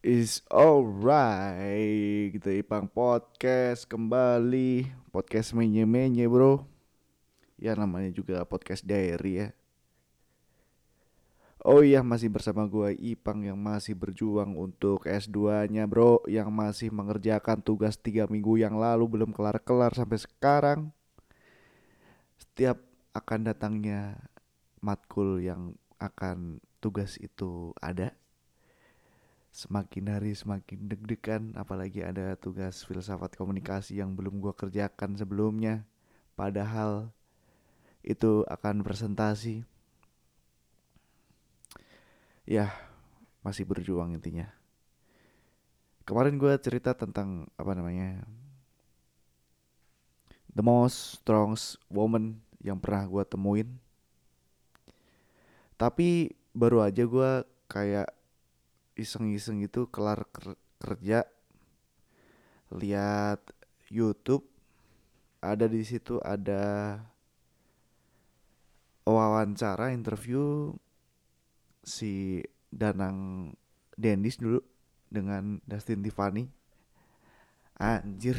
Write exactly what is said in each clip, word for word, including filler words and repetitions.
Is alright, kita Ipang Podcast kembali. Podcast menye-menye bro. Ya namanya juga podcast diary ya. Oh iya, masih bersama gua Ipang yang masih berjuang untuk S dua nya bro. Yang masih mengerjakan tugas tiga minggu yang lalu belum kelar-kelar sampai sekarang. Setiap akan datangnya matkul yang akan tugas itu ada, semakin hari semakin deg-degan, apalagi ada tugas filsafat komunikasi yang belum gua kerjakan sebelumnya, padahal itu akan presentasi. Ya, masih berjuang intinya. Kemarin gua cerita tentang apa namanya, the most strongest woman yang pernah gua temuin. Tapi baru aja gua kayak iseng-iseng gitu kelar ker- kerja, lihat YouTube, ada di situ ada wawancara interview si Danang Dendis dulu dengan Dustin Tiffany. Anjir,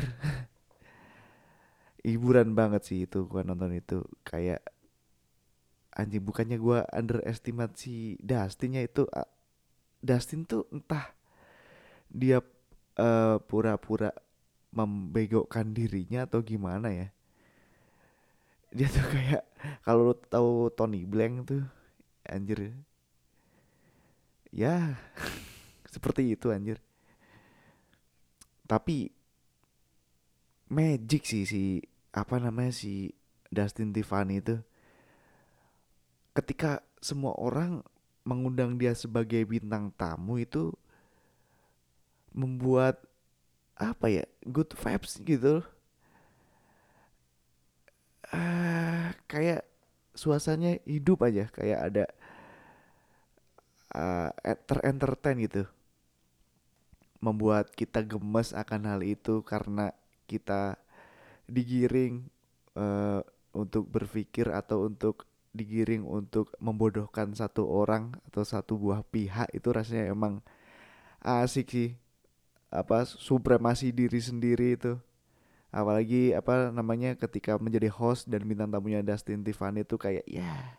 hiburan banget sih itu gua nonton itu. Kayak anjing, bukannya gua underestimate si Dustinnya itu. ah, Dustin tuh entah dia eh, pura-pura membegokkan dirinya atau gimana ya. Dia tuh kayak, kalau lu tahu Tony Blank tuh, anjir. Ya, seperti itu anjir. Tapi magic sih si apa namanya si Dustin Tiffany itu, ketika semua orang mengundang dia sebagai bintang tamu itu membuat apa ya, good vibes gitu. Ah, kayak suasananya hidup aja, kayak ada uh, ter-entertain gitu, membuat kita gemes akan hal itu karena kita digiring uh, untuk berpikir atau untuk digiring untuk membodohkan satu orang atau satu buah pihak. Itu rasanya emang asik sih, apa supremasi diri sendiri itu. Apalagi apa namanya ketika menjadi host dan bintang tamunya Dustin Tiffany itu kayak ya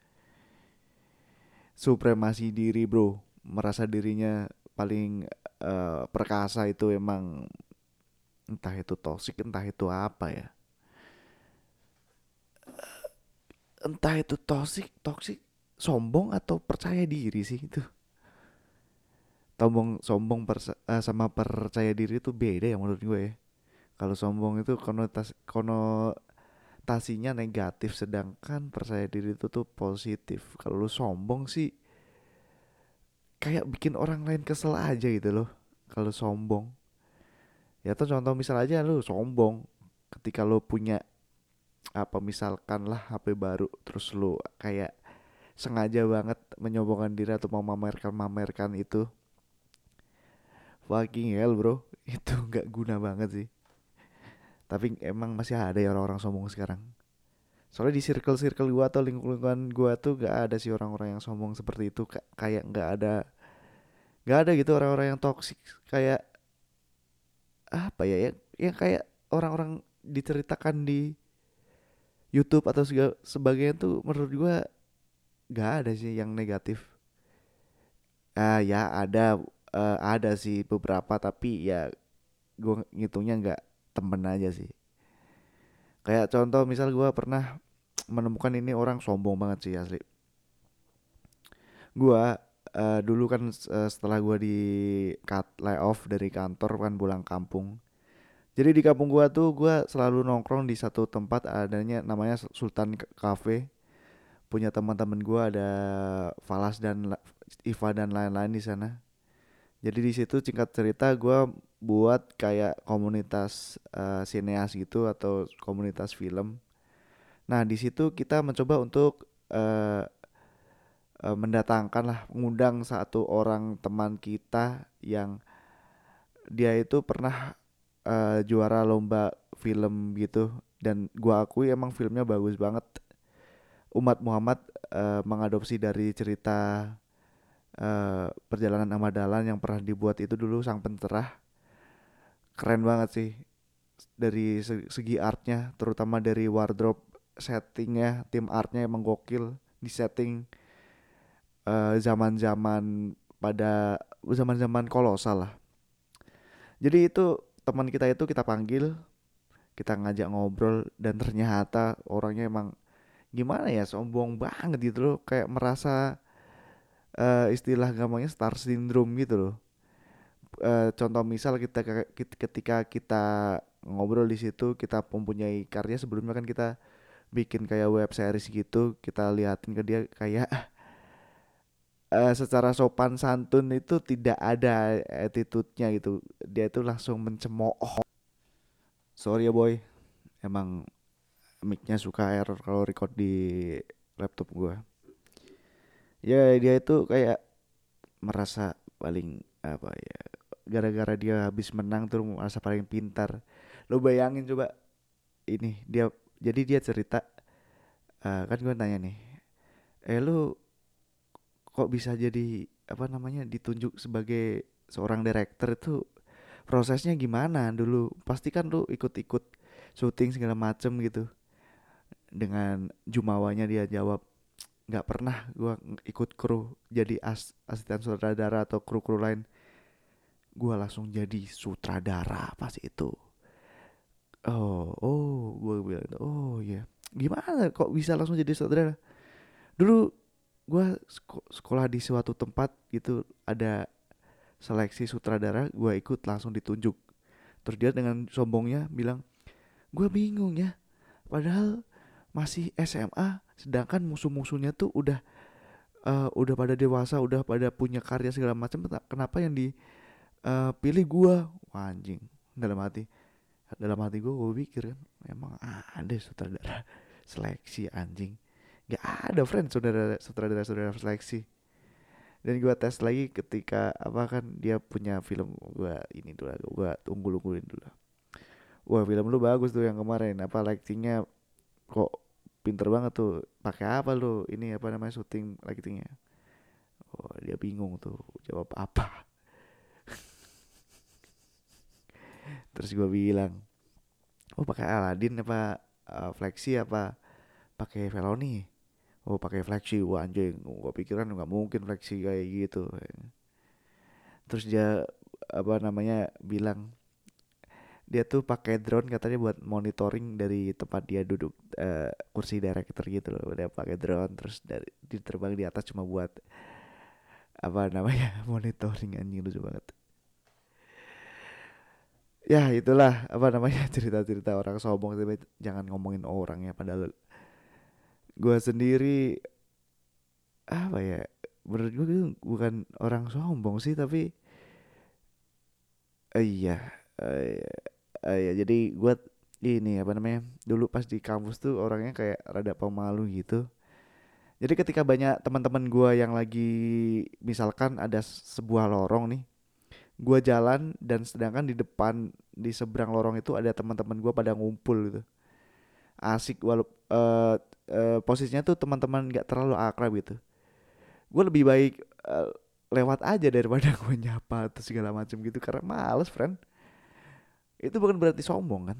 supremasi diri bro, merasa dirinya paling uh, perkasa. Itu emang entah itu toksik, entah itu apa ya, entah itu toksik toksik sombong atau percaya diri sih itu. Sombong sombong persa- eh, sama percaya diri itu beda ya menurut gue ya. Kalau sombong itu konotas konotasinya negatif, sedangkan percaya diri itu tuh positif. Kalau lu sombong sih kayak bikin orang lain kesel aja gitu loh. Kalau sombong, ya tuh contoh misal aja lu sombong ketika lu punya apa misalkan lah H P baru, terus lu kayak sengaja banget menyombongkan diri atau mau mamerkan-mamerkan itu. Fucking hell bro, itu nggak guna banget sih. Tapi emang masih ada ya orang-orang sombong sekarang. Soalnya di circle-circle gua atau lingkungan gua tuh gak ada sih orang-orang yang sombong seperti itu. Ka- kayak nggak ada, nggak ada gitu orang-orang yang toksik. Kayak apa ya, yang, yang kayak orang-orang diceritakan di YouTube atau segala sebagainya tuh, menurut gua nggak ada sih yang negatif. Ah ya ada, eh, ada sih beberapa, tapi ya gua ngitungnya nggak temen aja sih. Kayak contoh misal gua pernah menemukan ini orang sombong banget sih asli. Gua eh, dulu kan eh, setelah gua di cut layoff dari kantor kan pulang kampung. Jadi di kampung gua tuh gua selalu nongkrong di satu tempat, adanya namanya Sultan Cafe. Punya teman-teman gua ada Falas dan La- Iva dan lain-lain di sana. Jadi di situ singkat cerita gua buat kayak komunitas eh, sineas gitu atau komunitas film. Nah, di situ kita mencoba untuk eh, eh, mendatangkan lah, mengundang satu orang teman kita yang dia itu pernah eh, juara lomba film gitu, dan gua akui emang filmnya bagus banget. Umat Muhammad eh, mengadopsi dari cerita eh, Perjalanan Amadalan yang pernah dibuat itu dulu Sang Pencerah keren banget sih dari se- segi artnya, terutama dari wardrobe settingnya, tim artnya emang gokil di setting eh, zaman-zaman pada zaman-zaman kolosal lah. Jadi itu teman kita itu kita panggil, kita ngajak ngobrol dan ternyata orangnya emang gimana ya, sombong banget gitu loh, kayak merasa eh, istilah gampangnya star syndrome gitu loh. Eh, contoh misal kita ketika kita ngobrol di situ, kita mempunyai karya sebelumnya kan, kita bikin kayak web series gitu, kita liatin ke dia kayak eh, secara sopan santun itu tidak ada attitude-nya gitu. Dia itu langsung mencemooh. Sorry ya boy, emang mic-nya suka error kalau record di laptop gua. Ya dia itu kayak merasa paling apa ya, gara-gara dia habis menang tuh merasa paling pintar. Lo bayangin coba, ini dia, jadi dia cerita, eh, kan gue nanya nih, eh lu kok bisa jadi apa namanya ditunjuk sebagai seorang director itu, prosesnya gimana dulu, pasti kan lu ikut-ikut syuting segala macem gitu. Dengan jumawanya dia jawab, nggak pernah gua ikut kru jadi as asisten sutradara atau kru-kru lain, gua langsung jadi sutradara pas itu. Oh oh gua bilang oh ya, gimana kok bisa langsung jadi sutradara. Dulu gua seko- sekolah di suatu tempat gitu, ada seleksi sutradara, gua ikut langsung ditunjuk. Terus dia dengan sombongnya bilang, gua bingung ya, padahal masih S M A sedangkan musuh-musuhnya tuh udah eh, udah pada dewasa, udah pada punya karya segala macam, kenapa yang dipilih gua. Wah, anjing, dalam hati dalam hati gua gua pikir kan, emang ada sutradara seleksi anjing, gak ada friend sutradara sutradara sutradara seleksi. Dan gua tes lagi ketika apa kan dia punya film, gua ini dulu, gua unggul-unggulin dulu. Wah, film lu bagus tuh yang kemarin, apa lightingnya kok pinter banget tuh, pakai apa lu ini apa namanya syuting lightingnya. Oh, dia bingung tuh jawab apa. Terus gua bilang, oh pakai Aladdin apa, uh, Flexi apa pakai Veloni. Oh pakai Flexi. Wah anjing, gua pikiran nggak mungkin Flexi kayak gitu. Terus dia apa namanya bilang, dia tuh pakai drone katanya buat monitoring dari tempat dia duduk, eh, kursi director gitu loh. Dia pakai drone terus dari diterbang di atas cuma buat apa namanya monitoring, anjing lucu banget. Ya itulah apa namanya cerita-cerita orang sombong, tapi jangan ngomongin orang ya, padahal gue sendiri apa ya, menurut gue bukan orang sombong sih, tapi eh, iya eh, eh, iya, jadi gue ini apa namanya, dulu pas di kampus tuh orangnya kayak rada pemalu gitu. Jadi ketika banyak teman-teman gue yang lagi, misalkan ada sebuah lorong nih, gue jalan dan sedangkan di depan di seberang lorong itu ada teman-teman gue pada ngumpul gitu, asik walau eh eh, posisinya tuh teman-teman nggak terlalu akrab gitu. Gue lebih baik eh, lewat aja daripada gue nyapa atau segala macam gitu, karena males friend. Itu bukan berarti sombong kan.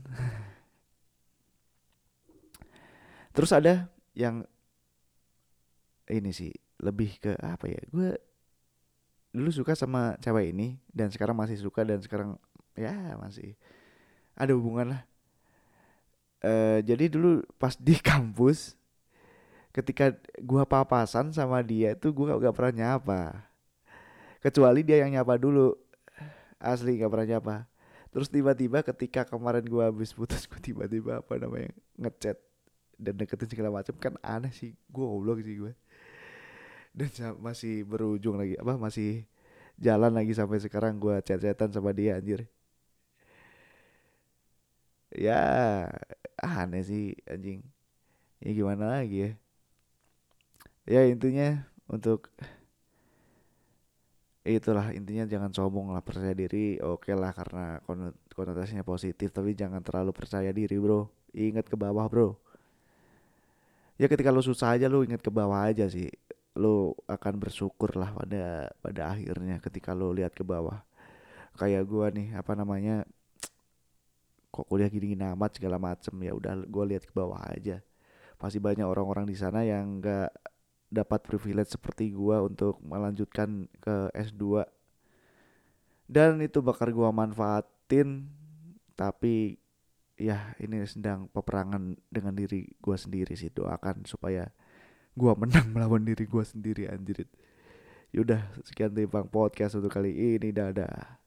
Terus ada yang ini sih, lebih ke apa ya, gue dulu suka sama cewek ini dan sekarang masih suka, dan sekarang ya masih ada hubungan lah. Eh jadi dulu pas di kampus, ketika gua papasan sama dia tuh gua gak pernah nyapa, kecuali dia yang nyapa dulu, asli gak pernah nyapa. Terus tiba-tiba ketika kemarin gua habis putus, gua tiba-tiba apa namanya ngechat dan deketin segala macam, kan aneh sih, gua goblok sih gua. Dan sa- masih berujung lagi apa, masih jalan lagi sampai sekarang gua chat-chatan sama dia anjir. Ya aneh sih anjing, ya gimana lagi ya. Ya intinya untuk itulah intinya, jangan sombong lah, percaya diri oke lah karena kono- konotasinya positif, tapi jangan terlalu percaya diri bro. Ingat ke bawah bro, ya ketika lu susah aja lu ingat ke bawah aja sih, lu akan bersyukur lah pada pada akhirnya ketika lu lihat ke bawah. Kayak gua nih, apa namanya, kok kuliah gini-gini amat segala macem, ya udah gua lihat ke bawah aja. Pasti banyak orang-orang di sana yang nggak dapat privilege seperti gua untuk melanjutkan ke S dua, dan itu bakal gua manfaatin. Tapi ya ini sedang peperangan dengan diri gua sendiri sih. Doakan supaya gua menang melawan diri gua sendiri, anjir. Yaudah, sekian timbang podcast untuk kali ini, dadah.